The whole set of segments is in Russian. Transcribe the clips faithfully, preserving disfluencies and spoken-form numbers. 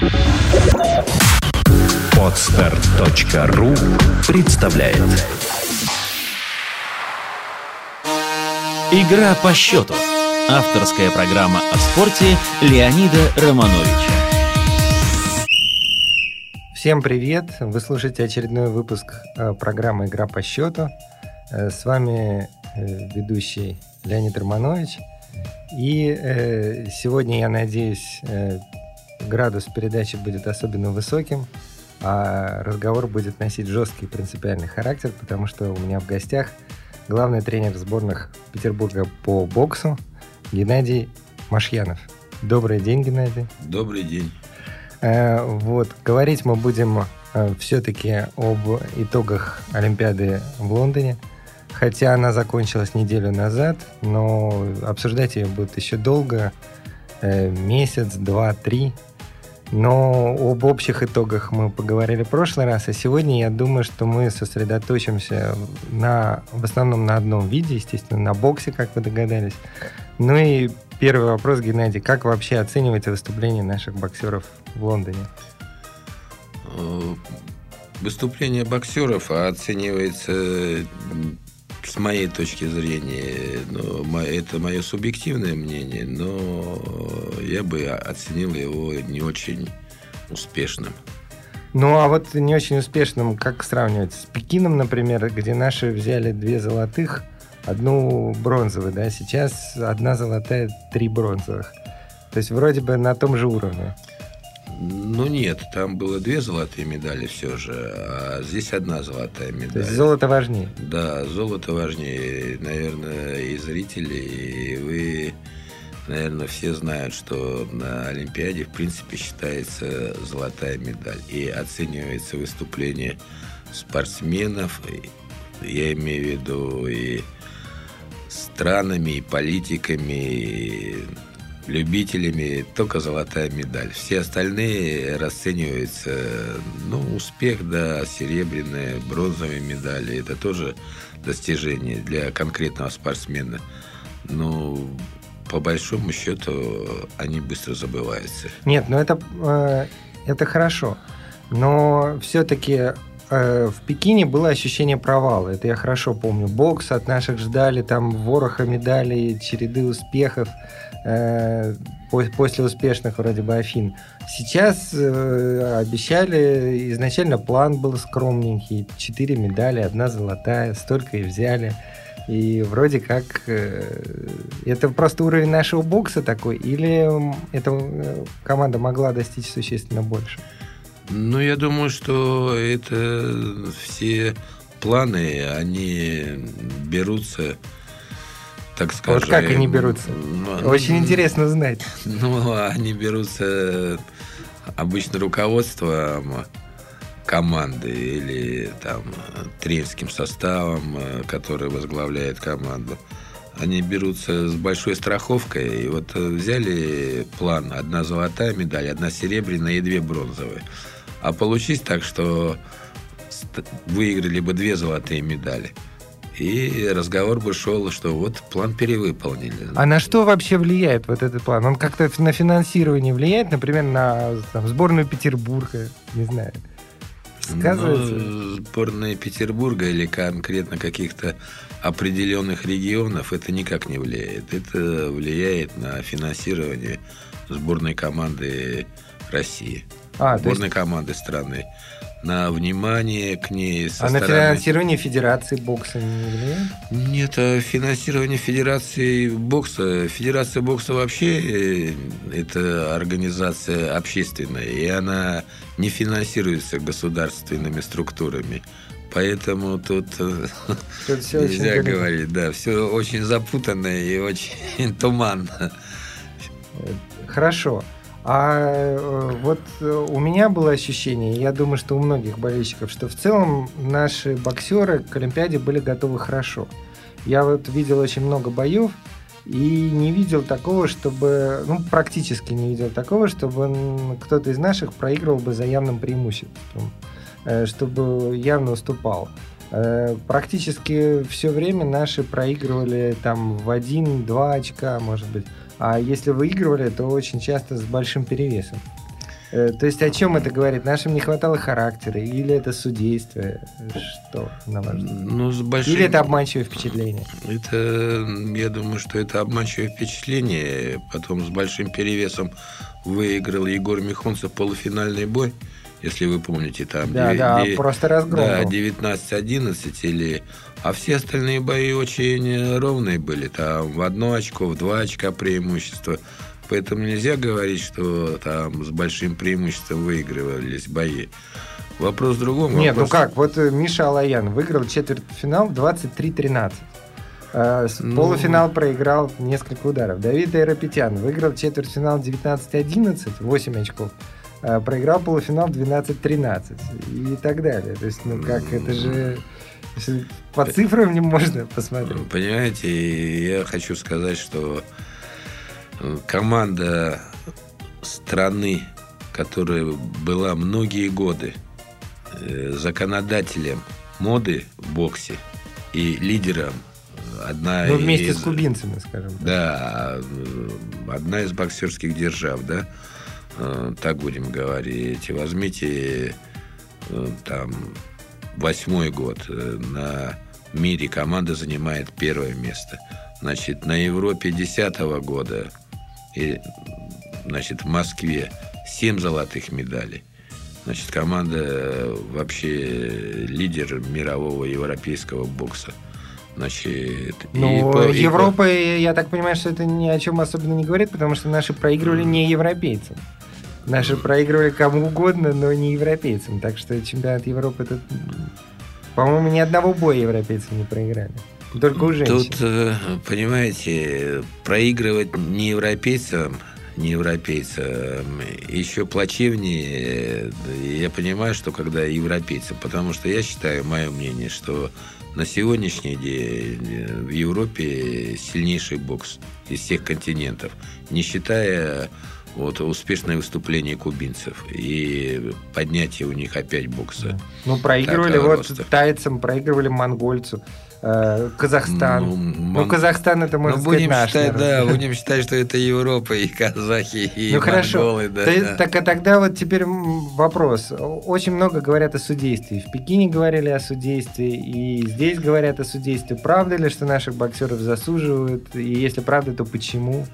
Подстер точка ру представляет «Игра по счету». Авторская программа о спорте Леонида Романовича. Всем привет! Вы слушаете очередной выпуск программы «Игра по счету». С вами ведущий Леонид Романович. И сегодня, я надеюсь, градус передачи будет особенно высоким, а разговор будет носить жесткий принципиальный характер, потому что у меня в гостях главный тренер сборных Петербурга по боксу Геннадий Машьянов. Добрый день, Геннадий. Добрый день. Вот, говорить мы будем все-таки об итогах Олимпиады в Лондоне, хотя она закончилась неделю назад, но обсуждать ее будет еще долго, месяц, два, три. Но об общих итогах мы поговорили в прошлый раз, а сегодня я думаю, что мы сосредоточимся на, в основном на одном виде, естественно, на боксе, как вы догадались. Ну и первый вопрос, Геннадий, как вообще оцениваете выступление наших боксеров в Лондоне? Выступление боксеров оценивается, с моей точки зрения, ну, это мое субъективное мнение, но я бы оценил его не очень успешным. Ну, а вот не очень успешным, как сравнивать? С Пекином, например, где наши взяли две золотых, одну бронзовую, да? Сейчас одна золотая, три бронзовых. То есть вроде бы на том же уровне. Ну нет, там было две золотые медали все же, а здесь одна золотая медаль. То есть золото важнее? Да, золото важнее. Наверное, и зрители, и вы, наверное, все знают, что на Олимпиаде, в принципе, считается золотая медаль. И оценивается выступление спортсменов, я имею в виду и странами, и политиками, и любителями, только золотая медаль. Все остальные расцениваются, ну, успех, да, серебряные, бронзовые медали. Это тоже достижение для конкретного спортсмена. Но по большому счету они быстро забываются. Нет, ну это, э, это хорошо. Но все-таки э, в Пекине было ощущение провала. Это я хорошо помню. Бокс от наших ждали, там вороха медалей, череды успехов после успешных вроде бы Афин. Сейчас э, обещали, изначально план был скромненький, четыре медали, одна золотая, столько и взяли. И вроде как э, это просто уровень нашего бокса такой, или эта команда могла достичь существенно больше? Ну, я думаю, что это все планы, они берутся, так скажем. Вот как они берутся? Ну, очень интересно знать. Ну, они берутся обычно руководством команды или там тренерским составом, который возглавляет команду. Они берутся с большой страховкой. И вот взяли план: одна золотая медаль, одна серебряная и две бронзовые. А получилось так, что выиграли бы две золотые медали. И разговор бы шел, что вот план перевыполнили. А на что вообще влияет вот этот план? Он как-то на финансирование влияет, например, на там, сборную Петербурга, не знаю, сказывается? Ну, сборная Петербурга или конкретно каких-то определенных регионов это никак не влияет. Это влияет на финансирование сборной команды России, а, сборной есть... команды страны. На внимание к ней со а стороны... на финансирование Федерации бокса не влияет? Нет, финансирование Федерации бокса... Федерация бокса вообще это организация общественная, и она не финансируется государственными структурами. Поэтому тут, тут нельзя говорить. Да, все очень запутанно и очень туманно. Хорошо. А вот у меня было ощущение, я думаю, что у многих болельщиков, что в целом наши боксеры к Олимпиаде были готовы хорошо. Я вот видел очень много боев и не видел такого, чтобы, ну, практически не видел такого, чтобы кто-то из наших проигрывал бы за явным преимуществом, чтобы явно уступал. Практически все время наши проигрывали там в один-два очка, может быть. А если выигрывали, то очень часто с большим перевесом. То есть о чем это говорит? Нашим не хватало характера? Или это судейство? Что, на ваш взгляд? Ну, с большим... Или это обманчивое впечатление? Это, я думаю, что это обманчивое впечатление. Потом с большим перевесом выиграл Егор Михонцев полуфинальный бой. Если вы помните, там... Да, девять, да, девять, просто разгром. Да, девятнадцать одиннадцать или... А все остальные бои очень ровные были. Там в одно очко, в два очка преимущества. Поэтому нельзя говорить, что там с большим преимуществом выигрывались бои. Вопрос в другом. Нет, вопрос... ну как, вот Миша Алаян выиграл четвертьфинал двадцать три тринадцать. Ну... Полуфинал проиграл несколько ударов. Давид Айрапетян выиграл четвертьфинал девятнадцать одиннадцать, восемь очков. Проиграл полуфинал двенадцать тринадцать и так далее. То есть, ну как, это же... По цифрам не можно посмотреть. Понимаете, я хочу сказать, что команда страны, которая была многие годы законодателем моды в боксе и лидером, одна ну, вместе из, с кубинцами, скажем так. Да, одна из боксерских держав, да, так будем говорить. Возьмите там восьмой год, на мире команда занимает первое место. Значит, на Европе десятого года и, значит, в Москве семь золотых медалей. Значит, команда вообще лидер мирового европейского бокса. Значит, ну, по, Европа, и... я так понимаю, что это ни о чем особенно не говорит, потому что наши проигрывали не европейцам. Наши проигрывали кому угодно, но не европейцам. Так что чемпионат Европы, это, по-моему, ни одного боя европейцев не проиграли. Только у женщин. Тут, понимаете, проигрывать не европейцам, не европейцам, еще плачевнее. Я понимаю, что когда европейцам, потому что я считаю, мое мнение, что на сегодняшний день в Европе сильнейший бокс из всех континентов, не считая вот успешное выступление кубинцев и поднятие у них опять бокса. Ну, проигрывали вот роста. Тайцам, проигрывали монгольцу. Казахстан. Ну, ну мон... Казахстан это можно ну, сказать будем наш считать, народ. Да, будем считать, что это Европа и казахи, и ну, монголы. Хорошо. Да, Ты, да. Так а тогда вот теперь вопрос. Очень много говорят о судействе. В Пекине говорили о судействе, и здесь говорят о судействе. Правда ли, что наших боксеров засуживают? И если правда, то почему?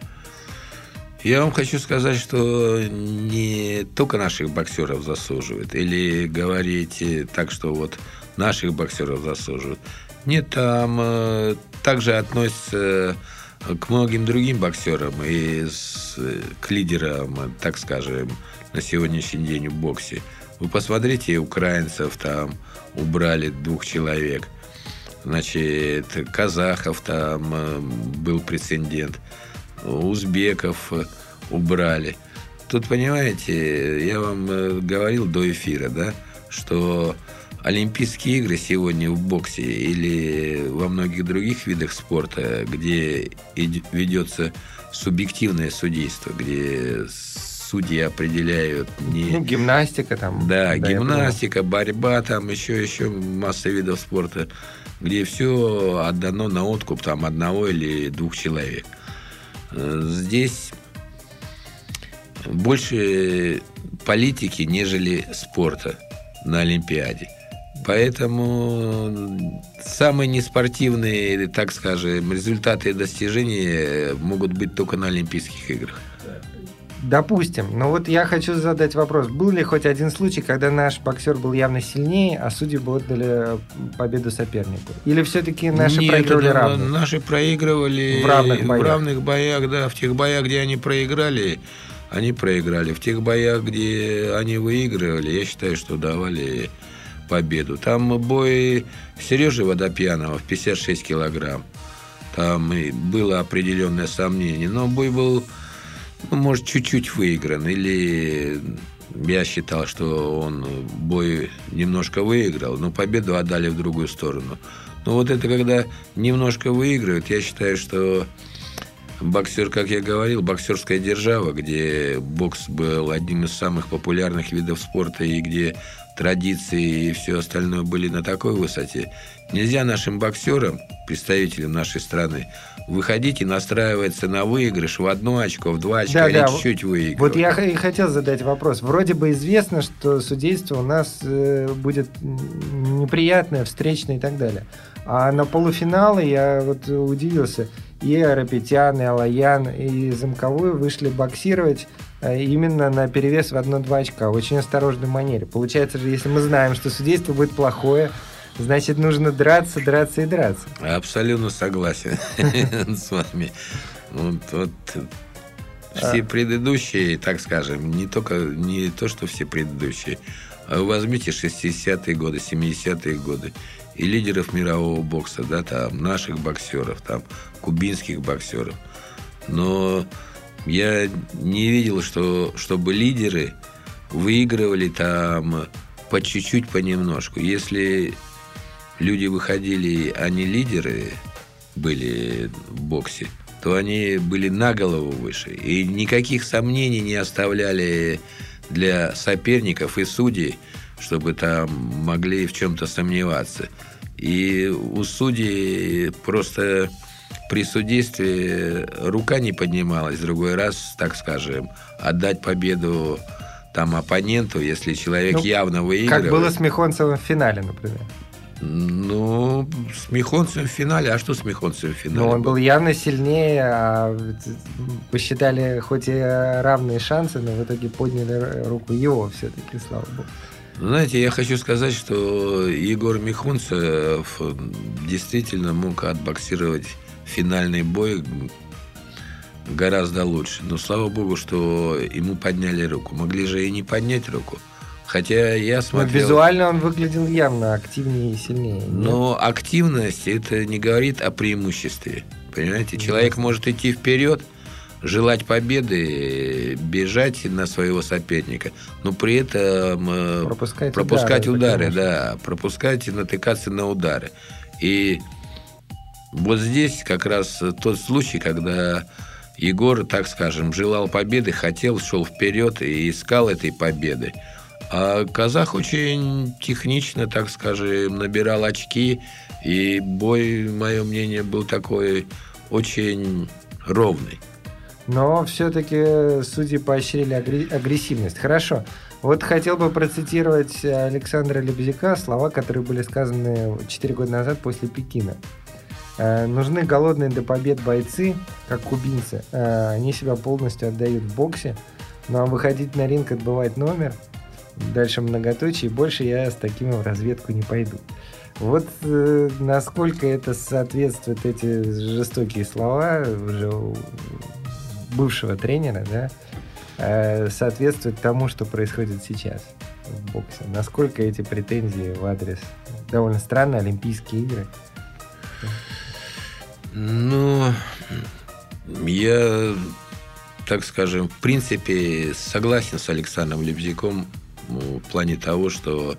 Я вам хочу сказать, что не только наших боксеров засуживают. Или говорите так, что вот наших боксеров засуживают. Нет, там э, также относятся к многим другим боксерам и с, к лидерам, так скажем, на сегодняшний день в боксе. Вы посмотрите, украинцев там убрали двух человек. Значит, казахов там э, был прецедент. Узбеков убрали. Тут, понимаете, я вам э, говорил до эфира, да, что Олимпийские игры сегодня в боксе или во многих других видах спорта, где ведется субъективное судейство, где судьи определяют не... Ну, гимнастика там. Да, да гимнастика, борьба, там еще, еще масса видов спорта, где все отдано на откуп там одного или двух человек. Здесь больше политики, нежели спорта на Олимпиаде. Поэтому самые неспортивные, так скажем, результаты и достижения могут быть только на Олимпийских играх. Допустим. Но вот я хочу задать вопрос. Был ли хоть один случай, когда наш боксер был явно сильнее, а судьи бы отдали победу сопернику? Или все-таки наши Нет, проигрывали да, равных? Наши проигрывали в равных боях. В равных боях, да. В тех боях, где они проиграли, они проиграли. В тех боях, где они выигрывали, я считаю, что давали победу. Там бой Сережи Водопьянова в пятьдесят шесть килограмм. Там и было определенное сомнение. Но бой был... Ну, может, чуть-чуть выигран. Или я считал, что он бой немножко выиграл, но победу отдали в другую сторону. Но вот это когда немножко выигрывают, я считаю, что боксер, как я говорил, боксерская держава, где бокс был одним из самых популярных видов спорта и где традиции и все остальное были на такой высоте. Нельзя нашим боксерам, представителям нашей страны, выходить и настраиваться на выигрыш в одно очко, в два очка да, или да. чуть-чуть выигрывать. Вот я и хотел задать вопрос. Вроде бы известно, что судейство у нас э, будет неприятное, встречное и так далее. А на полуфиналы я вот удивился. И Айрапетян, и Алаян, и Замковой вышли боксировать именно на перевес в одно-два очка, в очень осторожной манере. Получается же, если мы знаем, что судейство будет плохое, значит, нужно драться, драться и драться. Абсолютно согласен с вами. Вот все предыдущие, так скажем, не только не то, что все предыдущие, а вы возьмите шестидесятые годы, семидесятые годы и лидеров мирового бокса, да, там наших боксеров, там кубинских боксеров. Но я не видел, что, чтобы лидеры выигрывали там по чуть-чуть, понемножку. Если люди выходили, они лидеры были в боксе, то они были на голову выше. И никаких сомнений не оставляли для соперников и судей, чтобы там могли в чем-то сомневаться. И у судей просто при судействе рука не поднималась. Другой раз, так скажем, отдать победу там оппоненту, если человек ну, явно выигрывает. Как было с Михонцевым в финале, например. Ну, с Михонцевым в финале. А что с Михонцевым в финале? Ну, он был явно сильнее, а посчитали хоть и равные шансы, но в итоге подняли руку его все-таки, слава богу. Знаете, я хочу сказать, что Егор Михонцев действительно мог отбоксировать финальный бой гораздо лучше. Но слава богу, что ему подняли руку. Могли же и не поднять руку. Хотя я смотрел... Но визуально он выглядел явно активнее и сильнее. Но нет? Активность – это не говорит о преимуществе. Понимаете? Нет. Человек может идти вперед, желать победы, бежать на своего соперника, но при этом пропускать, пропускать удары, удары да, пропускать и натыкаться на удары. И вот здесь как раз тот случай, когда Егор, так скажем, желал победы, хотел, шел вперед и искал этой победы. А казах очень технично, так скажем, набирал очки, и бой, мое мнение, был такой очень ровный. Но все-таки судьи поощрили агрессивность. Хорошо. Вот хотел бы процитировать Александра Лебедяка, слова, которые были сказаны четыре года назад после Пекина. «Нужны голодные до побед бойцы, как кубинцы. Они себя полностью отдают в боксе. Ну а выходить на ринг, отбывать номер, дальше многоточие, больше я с такими в разведку не пойду». Вот э, насколько это соответствует, эти жестокие слова уже бывшего тренера, да, э, соответствует тому, что происходит сейчас в боксе. Насколько эти претензии в адрес довольно странно Олимпийские игры. Ну, я, так скажем, в принципе, согласен с Александром Лебедяком в плане того, что,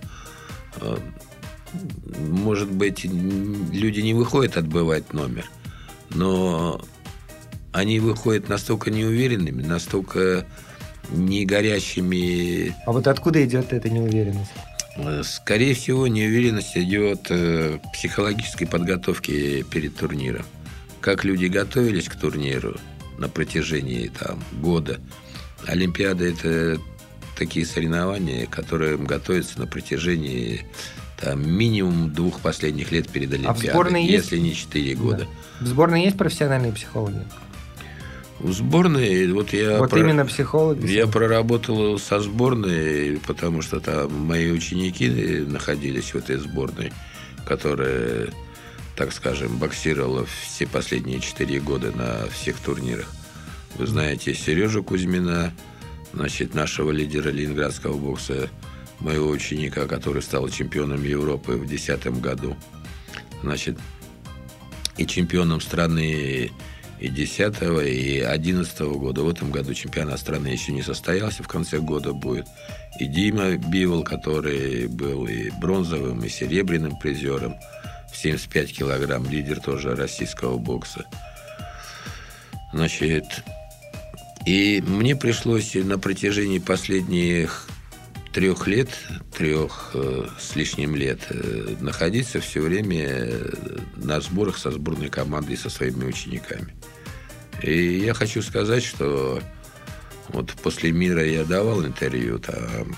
может быть, люди не выходят отбывать номер, но они выходят настолько неуверенными, настолько не горящими. А вот откуда идет эта неуверенность? Скорее всего, неуверенность идет к психологической подготовке перед турниром. Как люди готовились к турниру на протяжении там, года. Олимпиада – это такие соревнования, которые готовятся на протяжении там, минимум двух последних лет перед Олимпиадой, а если есть... не четыре года. Да. В сборной есть профессиональные психологи? В сборной, вот я... Вот про... именно психологи? Я проработал со сборной, потому что там мои ученики находились в этой сборной, которая, так скажем, боксировала все последние четыре года на всех турнирах. Вы знаете Сережу Кузьмина, значит, нашего лидера ленинградского бокса, моего ученика, который стал чемпионом Европы в две тысячи десятом году, значит, и чемпионом страны и десятого, и одиннадцатого года. В этом году чемпионат страны еще не состоялся, в конце года будет. И Дима Бивол, который был и бронзовым, и серебряным призером в семьдесят пять килограмм, лидер тоже российского бокса. Значит, и мне пришлось на протяжении последних трех лет, трех э, с лишним лет, э, находиться все время на сборах со сборной командой, со своими учениками. И я хочу сказать, что вот после мира я давал интервью там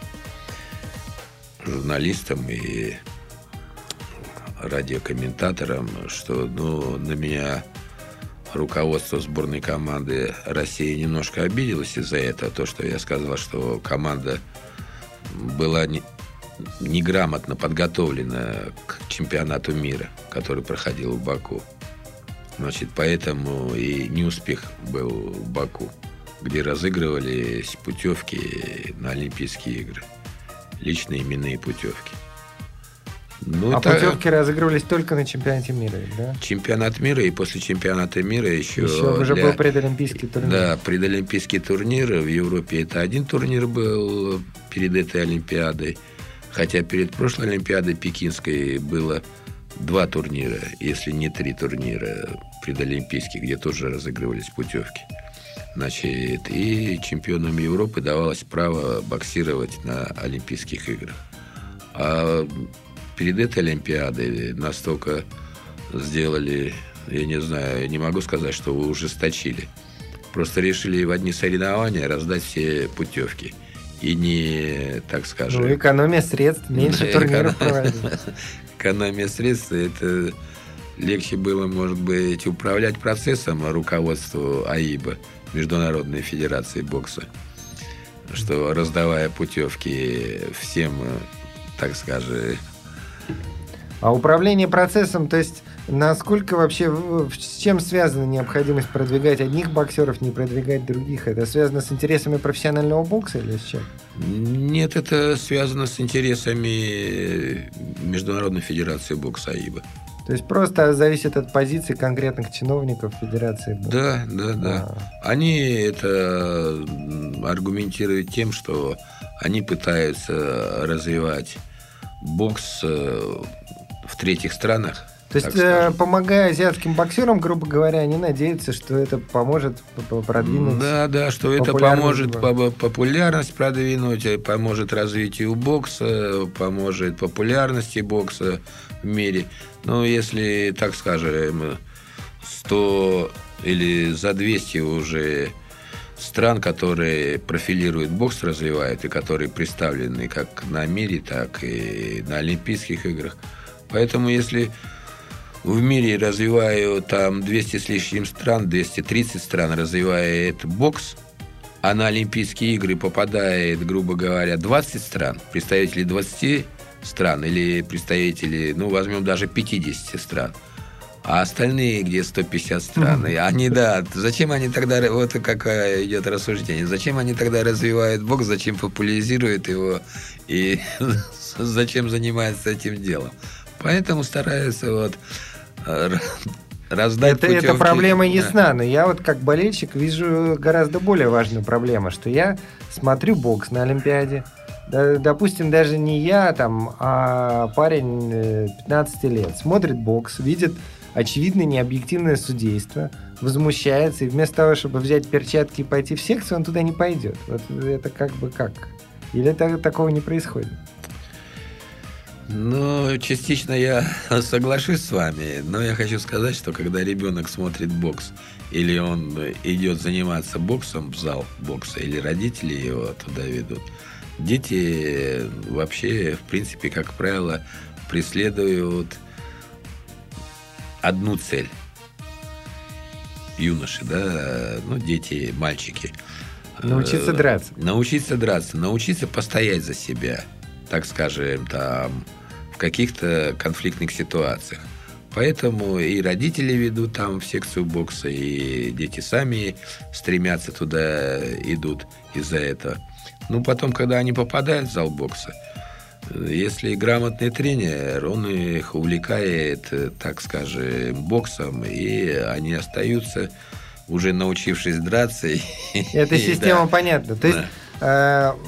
журналистам и радиокомментаторам, что ну, на меня руководство сборной команды России немножко обиделось из-за этого. То, что я сказал, что команда была не, неграмотно подготовлена к чемпионату мира, который проходил в Баку. Значит, поэтому и неуспех был в Баку, где разыгрывались путевки на Олимпийские игры. Личные именные путевки. Ну, а это... путевки разыгрывались только на чемпионате мира, да? Чемпионат мира, и после чемпионата мира еще... Еще уже для... был предолимпийский турнир. Да, предолимпийский турнир. В Европе это один турнир был перед этой Олимпиадой. Хотя перед прошлой Олимпиадой пекинской было два турнира, если не три турнира предолимпийских, где тоже разыгрывались путевки. Значит, и чемпионам Европы давалось право боксировать на Олимпийских играх. А перед этой Олимпиадой настолько сделали, я не знаю, я не могу сказать, что вы ужесточили. Просто решили в одни соревнования раздать все путевки. И не, так скажем... Ну, экономия средств, меньше турниров проводить. Экономия средств, это легче было, может быть, управлять процессом руководству АИБа, Международной Федерации Бокса, что раздавая путевки всем, так скажем... А управление процессом, то есть насколько вообще, с чем связана необходимость продвигать одних боксеров, не продвигать других? Это связано с интересами профессионального бокса или с чем? Нет, это связано с интересами Международной Федерации Бокса АИБа. То есть просто зависит от позиций конкретных чиновников Федерации бокса? Да, да, да. А. Они это аргументируют тем, что они пытаются развивать бокс в третьих странах. То есть, э, помогая азиатским боксерам, грубо говоря, они надеются, что это поможет продвинуть. Да, да, что это поможет популярность продвинуть, поможет развитию бокса, поможет популярности бокса в мире. Ну, если, так скажем, сто или за двести уже стран, которые профилируют бокс, развивают, и которые представлены как на мире, так и на Олимпийских играх. Поэтому, если в мире развивают там двести с лишним стран, двести тридцать стран развивает бокс, а на Олимпийские игры попадает, грубо говоря, двадцать стран, представители двадцати стран или представители, ну, возьмем даже пятидесяти стран, а остальные, где сто пятьдесят стран, они, да, зачем они тогда, вот какое идет рассуждение, зачем они тогда развивают бокс, зачем популяризируют его и зачем занимаются этим делом? Поэтому стараются вот раздать это, путевки. Эта проблема ясна, но я вот как болельщик вижу гораздо более важную проблему, что я смотрю бокс на Олимпиаде. Да, допустим, даже не я, там, а парень пятнадцати лет смотрит бокс, видит очевидное необъективное судейство, возмущается, и вместо того, чтобы взять перчатки и пойти в секцию, он туда не пойдет. Вот это как бы как? Или это, такого не происходит? Ну, частично я соглашусь с вами, но я хочу сказать, что когда ребенок смотрит бокс, или он идет заниматься боксом в зал бокса, или родители его туда ведут, дети вообще, в принципе, как правило, преследуют одну цель. Юноши, да, ну, дети, мальчики. Научиться драться. Научиться драться, научиться постоять за себя, так скажем, там, в каких-то конфликтных ситуациях. Поэтому и родители ведут там в секцию бокса, и дети сами стремятся туда, идут из-за этого. Ну, потом, когда они попадают в зал бокса, если грамотный тренер, он их увлекает, так скажем, боксом, и они остаются, уже научившись драться. Эта система понятна. То есть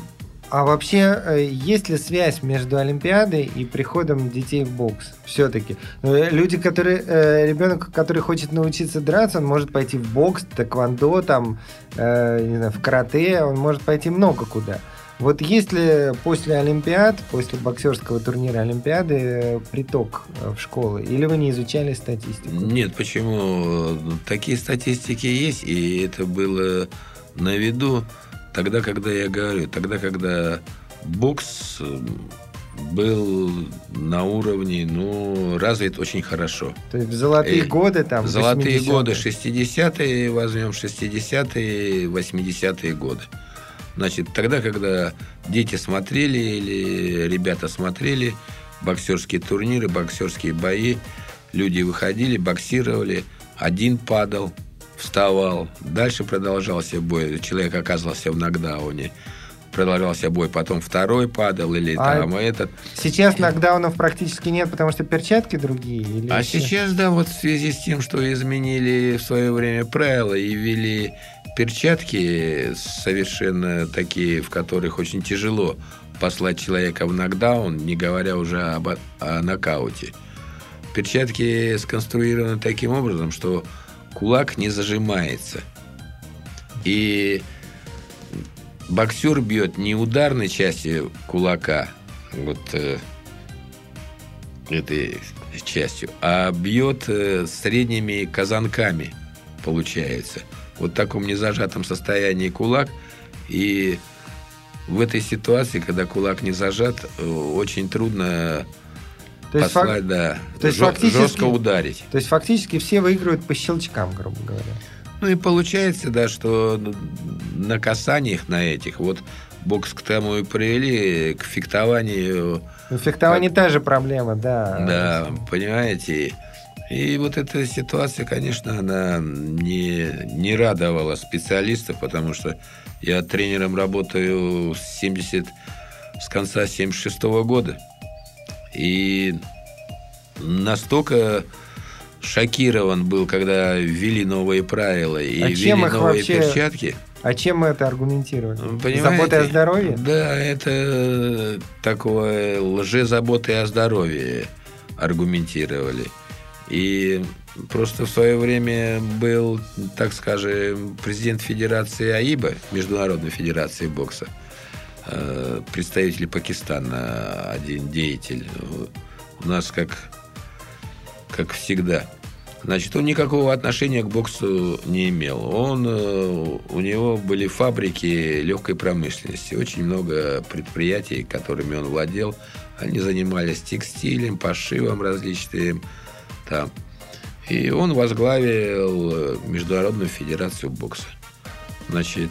А вообще, есть ли связь между Олимпиадой и приходом детей в бокс? Все-таки. Люди, которые, ребенок, который хочет научиться драться, он может пойти в бокс, тэквондо, там, не знаю, в карате, он может пойти много куда. Вот есть ли после Олимпиад, после боксерского турнира Олимпиады приток в школы? Или вы не изучали статистику? Нет, почему? Такие статистики есть, и это было на виду. Тогда, когда я говорю, тогда, когда бокс был на уровне, ну, развит очень хорошо. То есть в золотые и годы там, в золотые годы, шестидесятые, возьмем шестидесятые, восьмидесятые годы. Значит, тогда, когда дети смотрели или ребята смотрели боксерские турниры, боксерские бои, люди выходили, боксировали, один падал, вставал, дальше продолжался бой, человек оказывался в нокдауне, продолжался бой, потом второй падал или а там этот. Сейчас нокдаунов практически нет, потому что перчатки другие? Или а еще? Сейчас, да, вот в связи с тем, что изменили в свое время правила и ввели перчатки совершенно такие, в которых очень тяжело послать человека в нокдаун, не говоря уже об, о нокауте. Перчатки сконструированы таким образом, что кулак не зажимается. И боксер бьет не ударной части кулака, вот э, этой частью, а бьет э, средними казанками, получается. Вот в таком незажатом состоянии кулак. И в этой ситуации, когда кулак не зажат, очень трудно то есть послать, фак... да, то есть жё- жестко ударить. То есть фактически все выигрывают по щелчкам, грубо говоря. Ну и получается, да, что на касаниях, на этих, вот бокс к тому и привели, к фехтованию. Ну, фехтование как... та же проблема, да. Да, понимаете. И вот эта ситуация, конечно, она не, не радовала специалистов, потому что я тренером работаю с, семьдесят, с конца семьдесят шестого года. И настолько шокирован был, когда ввели новые правила и а ввели новые вообще... перчатки. А чем мы это аргументировали? Понимаете? Заботой о здоровье? Да, это такое лжезаботой о здоровье аргументировали. И просто в свое время был, так скажем, президент Федерации АИБа, Международной Федерации бокса, представитель Пакистана, один деятель. У нас как, как всегда. Значит, он никакого отношения к боксу не имел. Он, у него были фабрики легкой промышленности. Очень много предприятий, которыми он владел. Они занимались текстилем, пошивом различным. Там. И он возглавил Международную Федерацию бокса. Значит,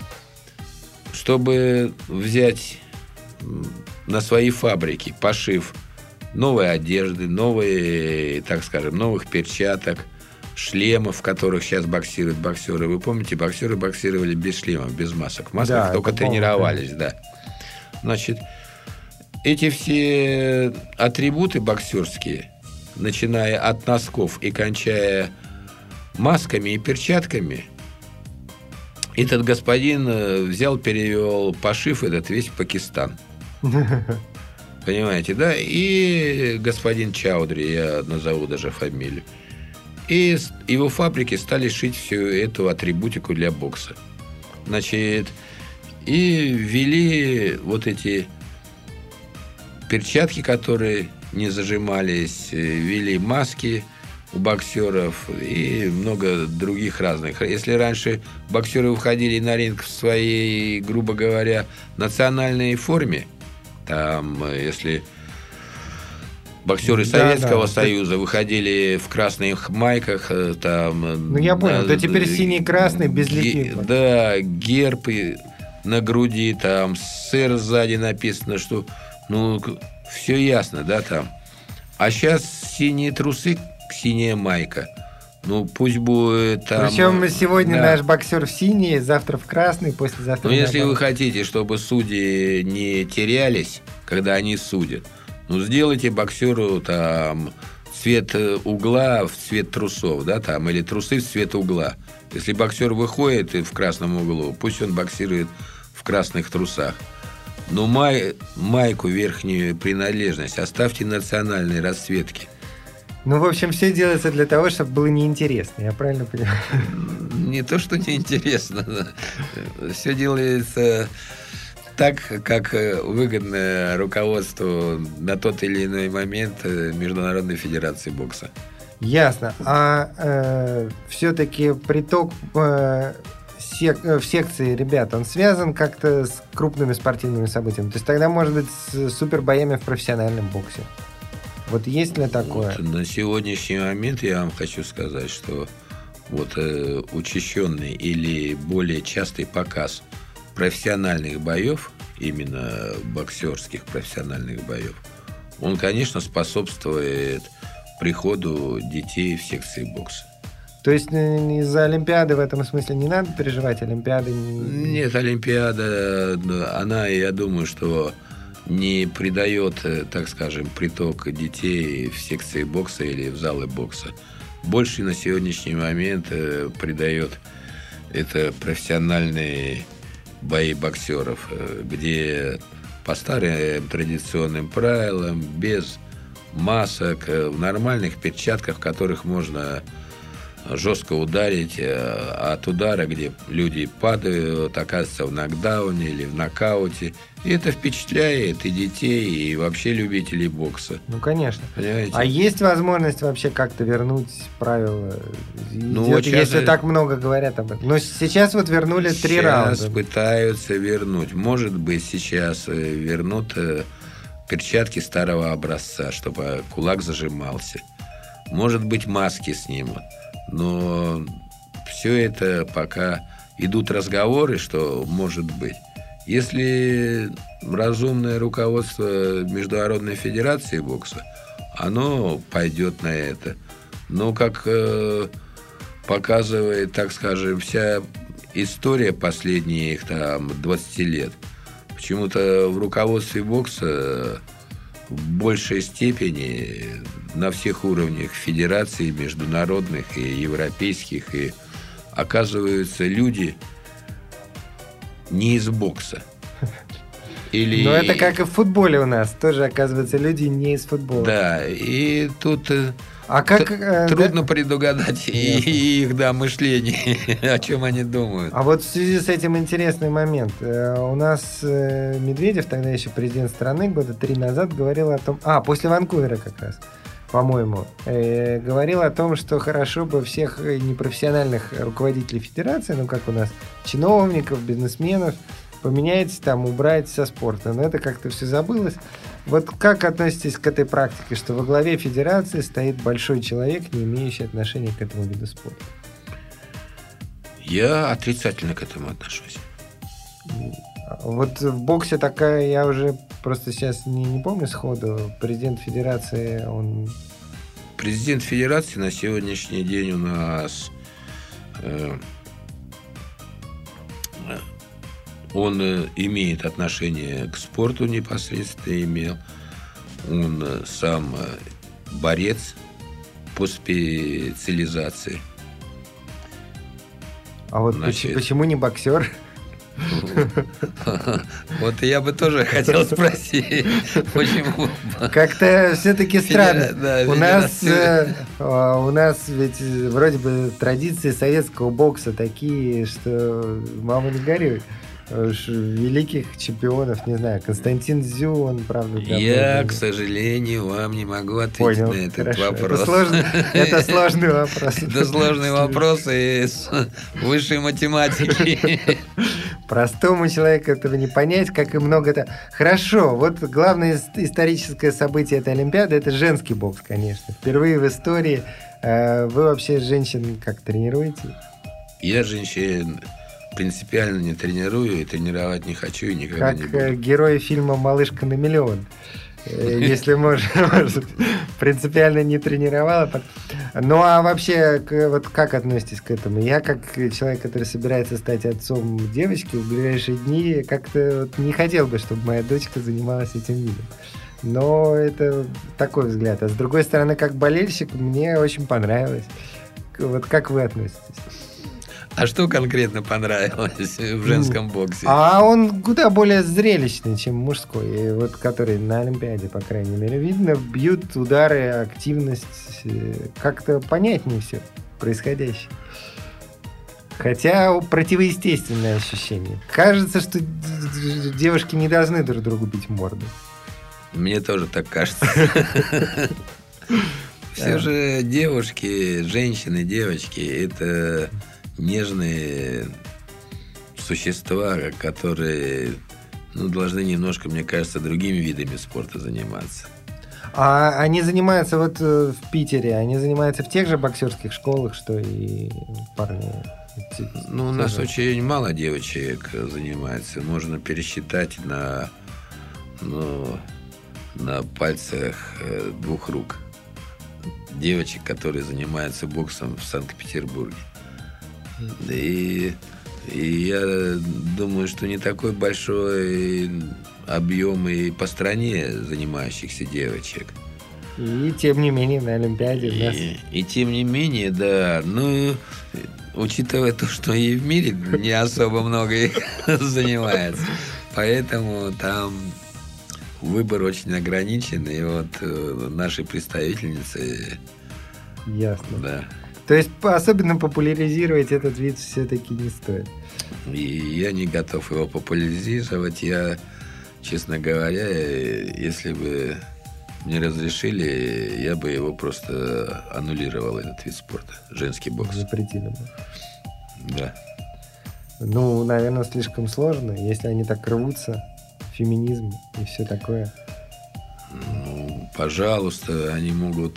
чтобы взять на свои фабрики пошив новой одежды, новые, так скажем, новых перчаток, шлемов, в которых сейчас боксируют боксеры. Вы помните, боксеры боксировали без шлемов, без масок. В масках да, только тренировались, помню. Да. Значит, эти все атрибуты боксерские, начиная от носков и кончая масками и перчатками, этот господин взял, перевел пошив этот весь в Пакистан. Понимаете, да? И господин Чаудри, я назову даже фамилию. И его фабрики стали шить всю эту атрибутику для бокса. Значит, и ввели вот эти перчатки, которые не зажимались, ввели маски у боксеров и много других разных. Если раньше боксеры выходили на ринг в своей, грубо говоря, национальной форме, там, если боксеры да, Советского да. Союза выходили в красных майках, там... Ну, я понял, то теперь синий и красный без литья. Да, герб на груди, там, сэр сзади написано, что, ну, все ясно, да, там. А сейчас синие трусы, синяя майка. Ну, пусть будет там... Причем сегодня да. наш боксер в синий, завтра в красный, послезавтра... Ну, если вы хотите, чтобы судьи не терялись, когда они судят, ну, сделайте боксеру там цвет угла в цвет трусов, да, там, или трусы в цвет угла. Если боксер выходит в красном углу, пусть он боксирует в красных трусах. Ну, май, майку, верхнюю принадлежность оставьте национальной расцветки. Ну, в общем, все делается для того, чтобы было неинтересно, я правильно понимаю? Не то, что неинтересно. Все делается так, как выгодно руководству на тот или иной момент Международной Федерации бокса. Ясно. А э, все-таки приток э, сек- в секции ребят, он связан как-то с крупными спортивными событиями? То есть тогда, может быть, с супербоями в профессиональном боксе? Вот есть ли такое? Вот, на сегодняшний момент я вам хочу сказать, что вот э, учащенный или более частый показ профессиональных боев, именно боксерских профессиональных боев, он, конечно, способствует приходу детей в секции бокса. То есть из-за Олимпиады в этом смысле не надо переживать? Олимпиады не... Нет, Олимпиада, она, я думаю, что не придает, так скажем, приток детей в секции бокса или в залы бокса. Больше на сегодняшний момент придает это профессиональные бои боксеров, где по старым традиционным правилам, без масок, в нормальных перчатках, в которых можно жестко ударить, от удара, где люди падают, оказываются в нокдауне или в нокауте. И это впечатляет и детей, и вообще любителей бокса. Ну, конечно. Понимаете? А есть возможность вообще как-то вернуть правила? Ну, вот вот если сейчас... так много говорят об этом. Но сейчас вот вернули три раунда. Сейчас пытаются вернуть. Может быть, сейчас вернут перчатки старого образца, чтобы кулак зажимался. Может быть, маски снимут. Но все это пока идут разговоры, что может быть. Если разумное руководство Международной Федерации бокса, оно пойдет на это. Но, как э, показывает, так скажем, вся история последних там, двадцать лет, почему-то в руководстве бокса в большей степени на всех уровнях федераций, международных и европейских, и оказываются люди не из бокса. Или... Но это как и в футболе у нас. Тоже, оказывается, люди не из футбола. Да, и тут а как, т- трудно да? предугадать их, да, мышление, о чем они думают. А вот в связи с этим интересный момент. У нас Медведев, тогда еще президент страны, года три назад говорил о том... А, после Ванкувера как раз, по-моему, э, говорил о том, что хорошо бы всех непрофессиональных руководителей федерации, ну, как у нас, чиновников, бизнесменов, поменять, там, убрать со спорта. Но это как-то все забылось. Вот как относитесь к этой практике, что во главе федерации стоит большой человек, не имеющий отношения к этому виду спорта? Я отрицательно к этому отношусь. Вот в боксе такая, я уже просто сейчас не, не помню сходу, президент федерации, он... Президент федерации на сегодняшний день у нас... Э, Он имеет отношение к спорту непосредственно имел. Он сам борец по специализации. А вот Значит, почему не боксер? Вот я бы тоже хотел спросить, почему. Как-то все-таки странно. У нас у нас ведь вроде бы традиции советского бокса такие, что мама не горюй. Великих чемпионов, не знаю, Константин Дзю, он, правда... Я, к сожалению, вам не могу ответить Понял, на этот хорошо. вопрос. Это сложный, это сложный вопрос. Это сложный вопрос из высшей математики. Простому человеку этого не понять, как и много-то... Хорошо, вот главное историческое событие этой Олимпиады — это женский бокс, конечно. Впервые в истории. Вы вообще женщин как тренируете? Я женщин... принципиально не тренирую и тренировать не хочу и никогда как не буду. Как герой фильма «Малышка на миллион». Если может, принципиально не тренировала. Ну, а вообще, вот как относитесь к этому? Я, как человек, который собирается стать отцом девочки, в ближайшие дни как-то не хотел бы, чтобы моя дочка занималась этим видом. Но это такой взгляд. А с другой стороны, как болельщик, мне очень понравилось. Вот как вы относитесь? А что конкретно понравилось в женском боксе? А он куда более зрелищный, чем мужской. И вот который на Олимпиаде, по крайней мере, видно, бьют удары, активность. Как-то понятнее все происходящее. Хотя противоестественное ощущение. Кажется, что девушки не должны друг другу бить морды. Мне тоже так кажется. Все же девушки, женщины, девочки, это нежные существа, которые, ну, должны немножко, мне кажется, другими видами спорта заниматься. А они занимаются вот в Питере, они занимаются в тех же боксерских школах, что и парни? Ну, у нас очень мало девочек занимается. Можно пересчитать на, ну, на пальцах двух рук девочек, которые занимаются боксом в Санкт-Петербурге. И, и я думаю, что не такой большой объем и по стране занимающихся девочек. И тем не менее на Олимпиаде у нас... И, и тем не менее, да. Ну, учитывая то, что и в мире не особо много их занимается. Поэтому там выбор очень ограничен. И вот наши представительницы... Ясно. Да. То есть особенно популяризировать этот вид все-таки не стоит. И я не готов его популяризировать. Я, честно говоря, если бы мне разрешили, я бы его просто аннулировал, этот вид спорта. Женский бокс. Запретили бы. Да. Ну, наверное, слишком сложно, если они так рвутся. Феминизм и все такое. Ну, пожалуйста, они могут...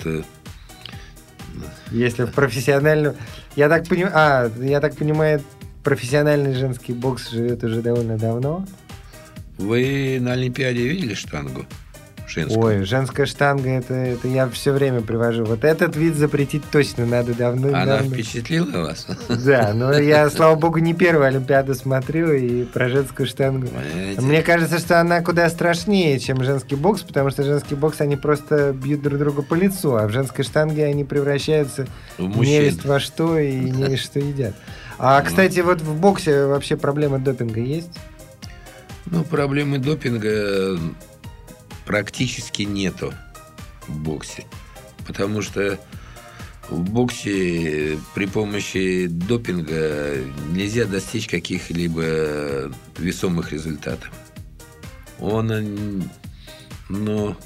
Если в профессиональном... Я так понимаю... А, я так понимаю, профессиональный женский бокс живет уже довольно давно. Вы на Олимпиаде видели штангу? Женскую? Ой, женская штанга, это, это я все время привожу. Вот этот вид запретить точно надо давно. Она давно. впечатлила вас? Да, но я, слава богу, не первую Олимпиаду смотрю и про женскую штангу. Понимаете? Мне кажется, что она куда страшнее, чем женский бокс, потому что женский бокс, они просто бьют друг друга по лицу, а в женской штанге они превращаются в невесть во что и невесть что едят. А, кстати, вот в боксе вообще проблемы допинга есть? Ну, проблемы допинга... практически нету в боксе. Потому что в боксе при помощи допинга нельзя достичь каких-либо весомых результатов. Он, ну,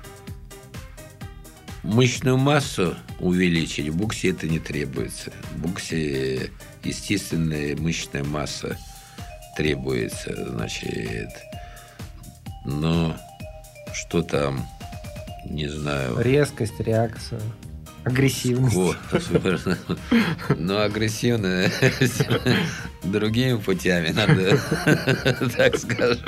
мышечную массу увеличить в боксе это не требуется. В боксе естественная мышечная масса требуется, значит, но что там, не знаю... Резкость, реакция, агрессивность. Ну, агрессивно другими путями надо, так скажем,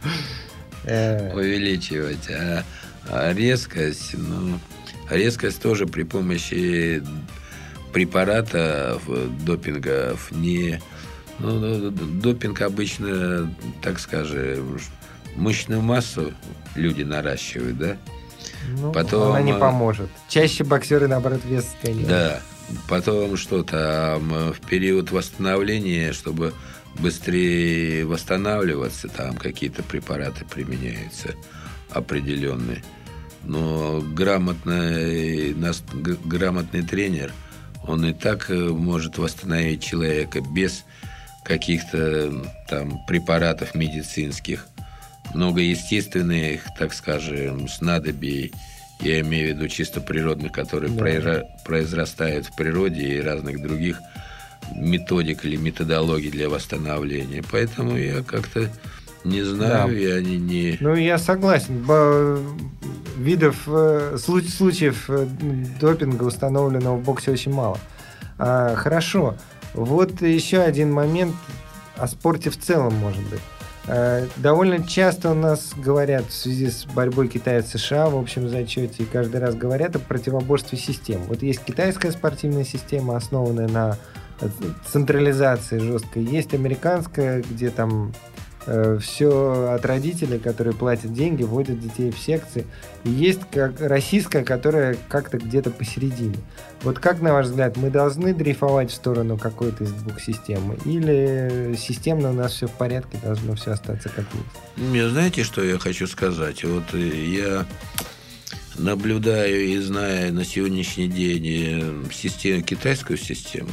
увеличивать. А резкость, ну, резкость тоже при помощи препаратов, допингов не... Ну, допинг обычно, так скажем, мышечную массу люди наращивают, да? Ну, потом, она не поможет. Чаще боксеры, наоборот, вес сгоняют. Да. Потом что там в период восстановления, чтобы быстрее восстанавливаться, там какие-то препараты применяются определенные. Но грамотный, грамотный тренер, он и так может восстановить человека без каких-то там препаратов медицинских. Много естественных, так скажем, снадобий, я имею в виду чисто природных, которые да. произрастают в природе, и разных других методик или методологий для восстановления. Поэтому я как-то не знаю, да. я не, не... Ну, я согласен. Видов, случаев допинга, установленного в боксе, очень мало. А, хорошо. Вот еще один момент о спорте в целом, может быть. Довольно часто у нас говорят в связи с борьбой Китая с США в общем зачете, и каждый раз говорят о противоборстве систем. Вот есть китайская спортивная система, основанная на централизации жесткой, есть американская, где там э, все от родителей, которые платят деньги, водят детей в секции. И есть как российская, которая как-то где-то посередине. Вот как, на ваш взгляд, мы должны дрейфовать в сторону какой-то из двух систем? Или системно у нас все в порядке, должно все остаться как есть? Не, знаете, что я хочу сказать? Вот я наблюдаю и знаю на сегодняшний день систему, китайскую систему.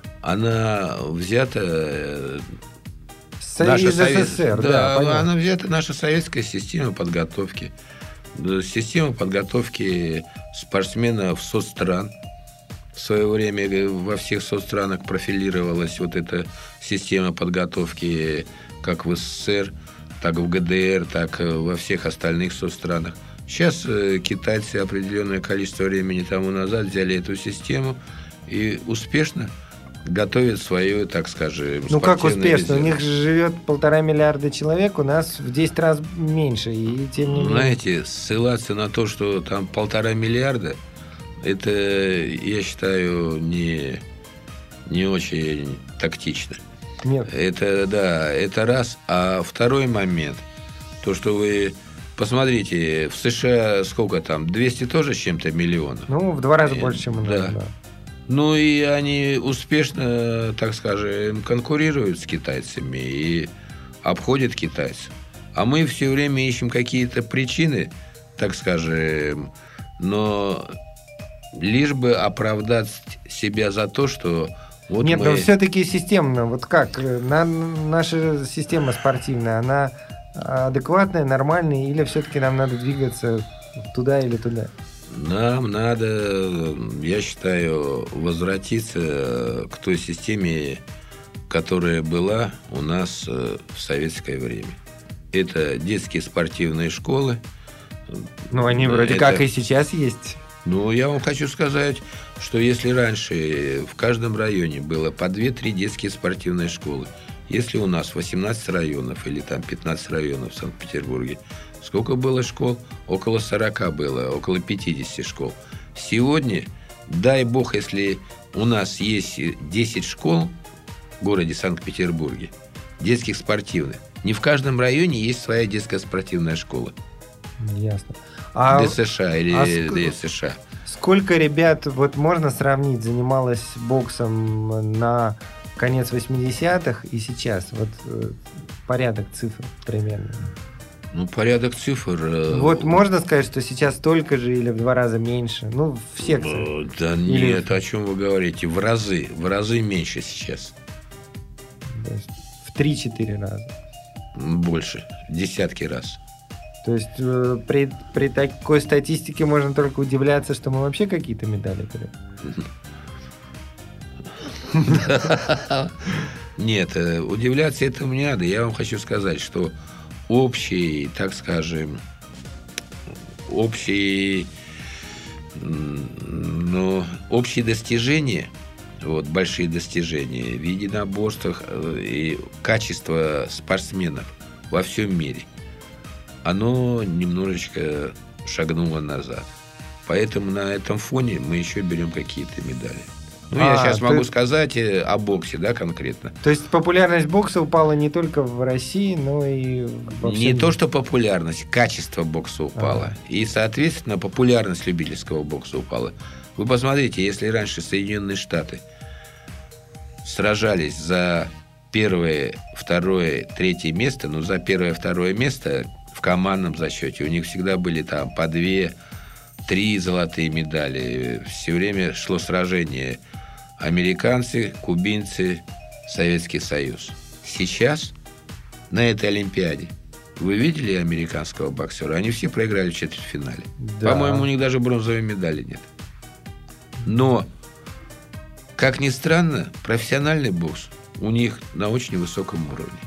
Она взята... Наша из СССР, да, да, она взята наша советская система подготовки. Система подготовки спортсменов соцстран. В свое время во всех соцстранах профилировалась вот эта система подготовки как в СССР, так в ГДР, так во всех остальных соцстранах. Сейчас китайцы определенное количество времени тому назад взяли эту систему и успешно готовят свою, так скажем, ну как успешно? резерв. У них живет полтора миллиарда человек, у нас в десять раз меньше. И тем не менее... Знаете, ссылаться на то, что там полтора миллиарда, это, я считаю, не, не очень тактично. Нет. Это, да, это раз. А второй момент, то, что вы посмотрите, в США сколько там, двести тоже с чем-то миллионов? Ну, в два раза больше, чем у нас, да. да. Ну, и они успешно, так скажем, конкурируют с китайцами и обходят китайцев. А мы все время ищем какие-то причины, так скажем, но лишь бы оправдать себя за то, что... Вот Нет, мы... но все-таки системно. Вот как? На, наша система спортивная, она адекватная, нормальная, или все-таки нам надо двигаться туда или туда? Нам надо, я считаю, возвратиться к той системе, которая была у нас в советское время. Это детские спортивные школы. Ну, они вроде это... как и сейчас есть. Ну, я вам хочу сказать, что если раньше в каждом районе было по две-три детские спортивные школы, если у нас восемнадцать районов или там пятнадцать районов в Санкт-Петербурге, сколько было школ? Около сорока было, около пятидесяти школ. Сегодня, дай бог, если у нас есть десять школ в городе Санкт-Петербурге, детских спортивных, не в каждом районе есть своя детская спортивная школа. Ясно. А, ДСШ или а ДСШ. Сколько ребят, вот можно сравнить, занималось боксом на конец восьмидесятых и сейчас? Вот порядок цифр примерно. Ну, порядок цифр... Вот можно сказать, что сейчас столько же или в два раза меньше? Ну, в секции. Да или... нет, о чем вы говорите? В разы, в разы меньше сейчас. То есть в три-четыре раза. Больше, десятки раз. То есть э, при, при такой статистике можно только удивляться, что мы вообще какие-то медали берем. Нет, удивляться этому не надо. Я вам хочу сказать, что общие, так скажем, общие, ну, общие достижения, вот, большие достижения в единоборствах и качество спортсменов во всем мире, оно немножечко шагнуло назад. Поэтому на этом фоне мы еще берем какие-то медали. Ну, а, я сейчас могу есть... сказать о боксе, да, конкретно. То есть популярность бокса упала не только в России, но и во всем Не мире. То, что популярность, качество бокса упало. А. И, соответственно, популярность любительского бокса упала. Вы посмотрите, если раньше Соединенные Штаты сражались за первое, второе, третье место, ну, за первое, второе место в командном зачете, у них всегда были там по две, три золотые медали. Все время шло сражение. Американцы, кубинцы, Советский Союз. Сейчас на этой Олимпиаде вы видели американского боксера? Они все проиграли в четвертьфинале. Да. По-моему, у них даже бронзовой медали нет. Но, как ни странно, профессиональный бокс у них на очень высоком уровне.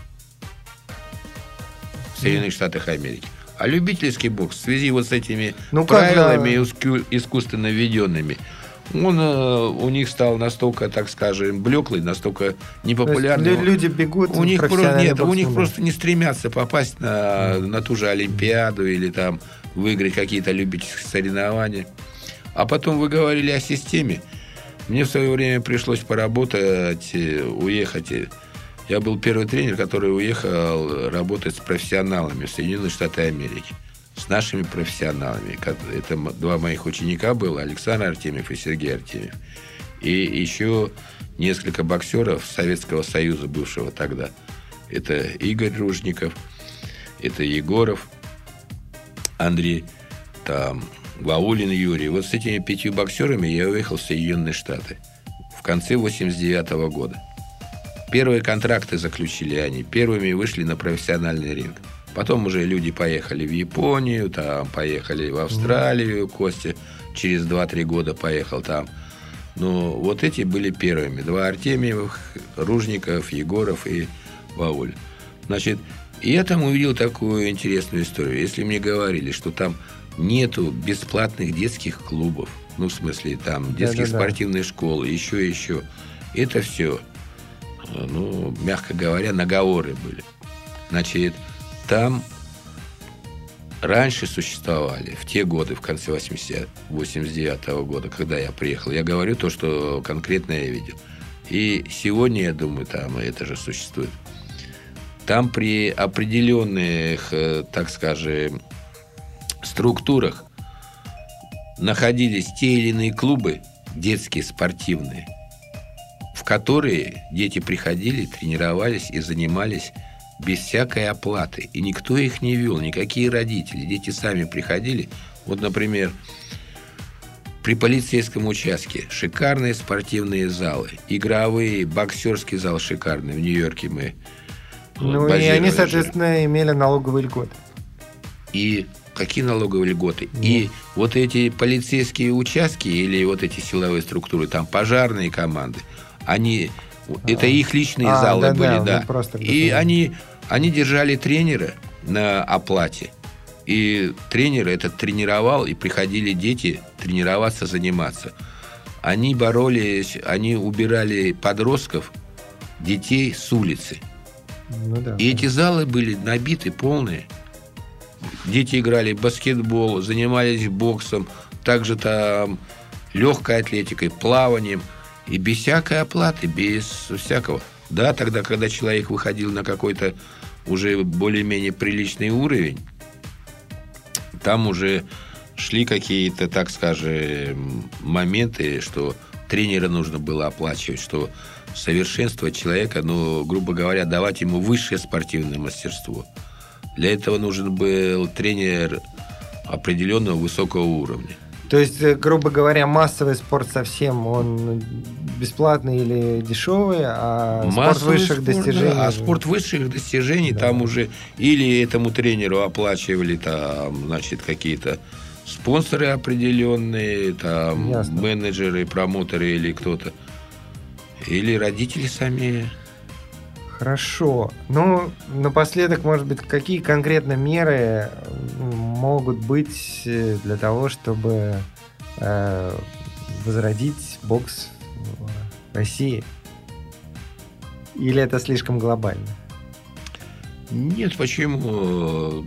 В Соединенных Штатах Америки. А любительский бокс в связи вот с этими ну, правилами когда... искусственно введенными, он э, у них стал настолько, так скажем, блеклый, настолько непопулярный. Люди бегут. У них просто нет, у них просто не стремятся попасть на, mm. на ту же Олимпиаду или там выиграть какие-то любительские соревнования. А потом вы говорили о системе. Мне в свое время пришлось поработать, уехать. Я был первый тренер, который уехал работать с профессионалами в Соединенные Штаты Америки. С нашими профессионалами. Это два моих ученика было, Александр Артемьев и Сергей Артемьев. И еще несколько боксеров Советского Союза, бывшего тогда. Это Игорь Ружников, это Егоров, Андрей, там, Ваулин Юрий. Вот с этими пятью боксерами я уехал в Соединенные Штаты в конце восемьдесят девятого года. Первые контракты заключили они, первыми вышли на профессиональный ринг. Потом уже люди поехали в Японию, там поехали в Австралию, Костя через два-три года поехал там. Но вот эти были первыми. Два Артемьевых, Ружников, Егоров и Вауль. Значит, я там увидел такую интересную историю. Если мне говорили, что там нету бесплатных детских клубов, ну, в смысле, там, детских да, да, спортивных да. школ, еще, еще, это все, ну, мягко говоря, наговоры были. Значит, там раньше существовали, в те годы, в конце восемьдесят девятого года, когда я приехал, я говорю то, что конкретно я видел. И сегодня, я думаю, там это же существует. Там при определенных, так скажем, структурах находились те или иные клубы, детские, спортивные, в которые дети приходили, тренировались и занимались без всякой оплаты. И никто их не вел, никакие родители. Дети сами приходили. Вот, например, при полицейском участке шикарные спортивные залы, игровые, боксерский зал шикарный. В Нью-Йорке мы Ну и они, соответственно, жили. Имели налоговые льготы. И какие налоговые льготы? Нет. И вот эти полицейские участки или вот эти силовые структуры, там пожарные команды, они... Это их личные а, залы да, были, да. да. И они, они держали тренера на оплате. И тренер этот тренировал, и приходили дети тренироваться, заниматься. Они боролись, они убирали подростков, детей с улицы. Ну, да, и да. эти залы были набиты, полные. Дети играли в баскетбол, занимались боксом, также там легкой атлетикой, плаванием. И без всякой оплаты, без всякого. Да, тогда, когда человек выходил на какой-то уже более-менее приличный уровень, там уже шли какие-то, так скажем, моменты, что тренера нужно было оплачивать, что совершенствовать человека, ну, грубо говоря, давать ему высшее спортивное мастерство. Для этого нужен был тренер определенного высокого уровня. То есть, грубо говоря, массовый спорт совсем, он бесплатный или дешевый, а массовый спорт высших спорт, достижений... Да, а спорт высших достижений, да. Там уже или этому тренеру оплачивали там, значит, какие-то спонсоры определенные, там, Ясно. менеджеры, промоутеры или кто-то, или родители сами... Хорошо. Ну, напоследок, может быть, какие конкретно меры могут быть для того, чтобы э, возродить бокс в России? Или это слишком глобально? Нет, почему?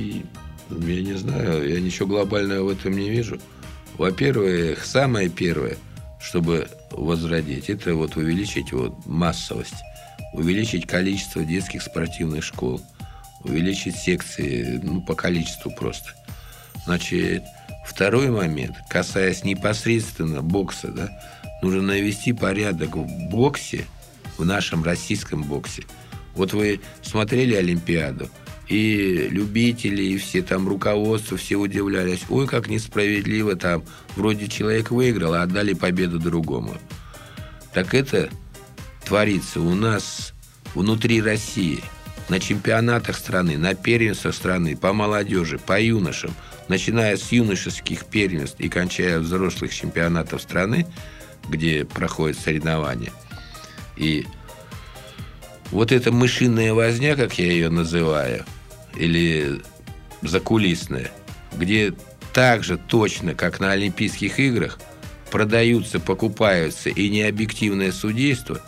Я не знаю, я ничего глобального в этом не вижу. Во-первых, самое первое, чтобы возродить, это вот увеличить вот массовость. Увеличить количество детских спортивных школ, увеличить секции, ну, по количеству просто. Значит, второй момент, касаясь непосредственно бокса, да, нужно навести порядок в боксе, в нашем российском боксе. Вот вы смотрели Олимпиаду, и любители, и все там руководство, все удивлялись. Ой, как несправедливо там, вроде человек выиграл, а отдали победу другому. Так это... творится у нас внутри России, на чемпионатах страны, на первенствах страны, по молодежи, по юношам, начиная с юношеских первенств и кончая взрослых чемпионатов страны, где проходят соревнования. И вот эта мышиная возня, как я ее называю, или закулисная, где так же точно, как на Олимпийских играх, продаются, покупаются и необъективное судейство.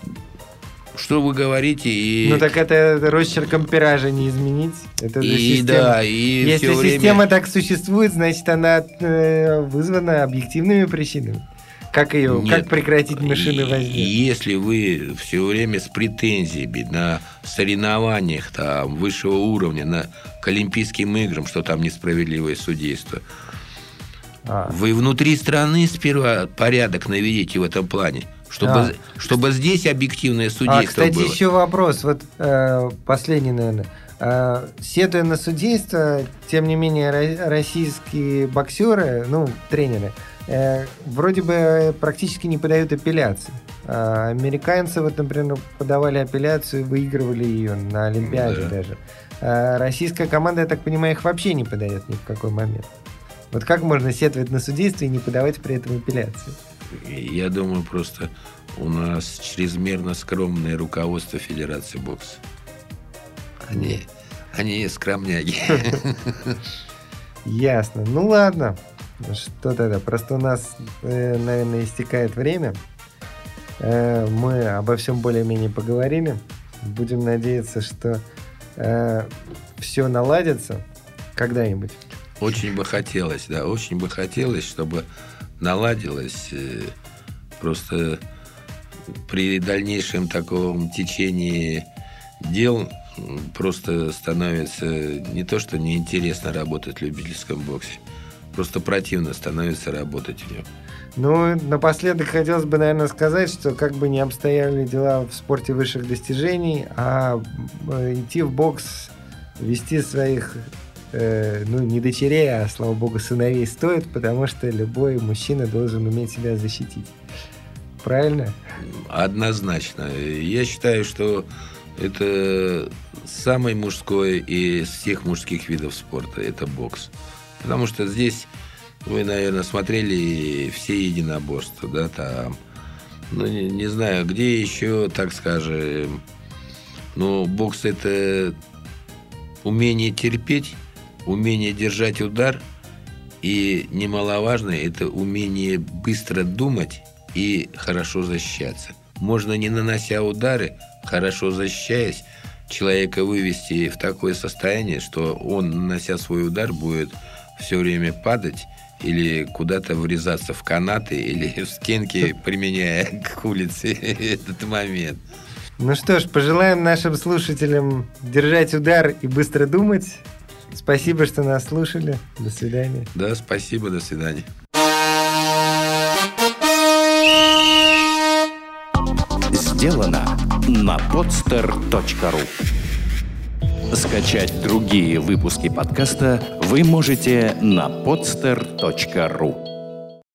Что вы говорите? И... Ну так это росчерком пера же не изменить. Это и система. Да, и Если все система время... так существует, значит она э, вызвана объективными причинами. Как ее, Нет, как прекратить мышиный воздействие? Если вы все время с претензиями на соревнованиях там, высшего уровня, на, к Олимпийским играм, что там несправедливое судейство, а. вы внутри страны сперва порядок наведите в этом плане, чтобы, а. чтобы здесь объективное судейство было. А, кстати, было. еще вопрос, вот э, последний, наверное. Э, сетуя на судейство, тем не менее, российские боксеры, ну, тренеры, э, вроде бы практически не подают апелляции. А американцы, вот, например, подавали апелляцию, выигрывали ее на Олимпиаде, да, даже. А российская команда, я так понимаю, их вообще не подает ни в какой момент. Вот как можно сетовать на судейство и не подавать при этом апелляции? Я думаю, просто у нас чрезмерно скромное руководство Федерации бокса. Они, они скромняги. Ясно. Ну ладно. Что тогда? Просто у нас, наверное, истекает время. Мы обо всем более-менее поговорили. Будем надеяться, что все наладится когда-нибудь. Очень бы хотелось, да, очень бы хотелось, чтобы наладилось. Просто при дальнейшем таком течении дел просто становится не то, что неинтересно работать в любительском боксе, просто противно становится работать в нем. Ну, напоследок хотелось бы, наверное, сказать, что как бы ни обстояли дела в спорте высших достижений, а идти в бокс, вести своих, э, ну, не дочерей, а, слава богу, сыновей стоит, потому что любой мужчина должен уметь себя защитить. Правильно? Однозначно. Я считаю, что это самый мужской из всех мужских видов спорта. Это бокс. Потому что здесь вы, наверное, смотрели все единоборства, да, там. Ну, не, не знаю, где еще, так скажем. Но бокс – это умение терпеть, умение держать удар. И немаловажно – это умение быстро думать и хорошо защищаться. Можно, не нанося удары, хорошо защищаясь, человека вывести в такое состояние, что он, нанося свой удар, будет все время падать или куда-то врезаться в канаты, или в стенки, применяя к улице этот момент. Ну что ж, пожелаем нашим слушателям держать удар и быстро думать. Спасибо, что нас слушали. До свидания. Да, спасибо, до свидания. Сделано на подстер точка ру. Скачать другие выпуски подкаста вы можете на подстер точка ру.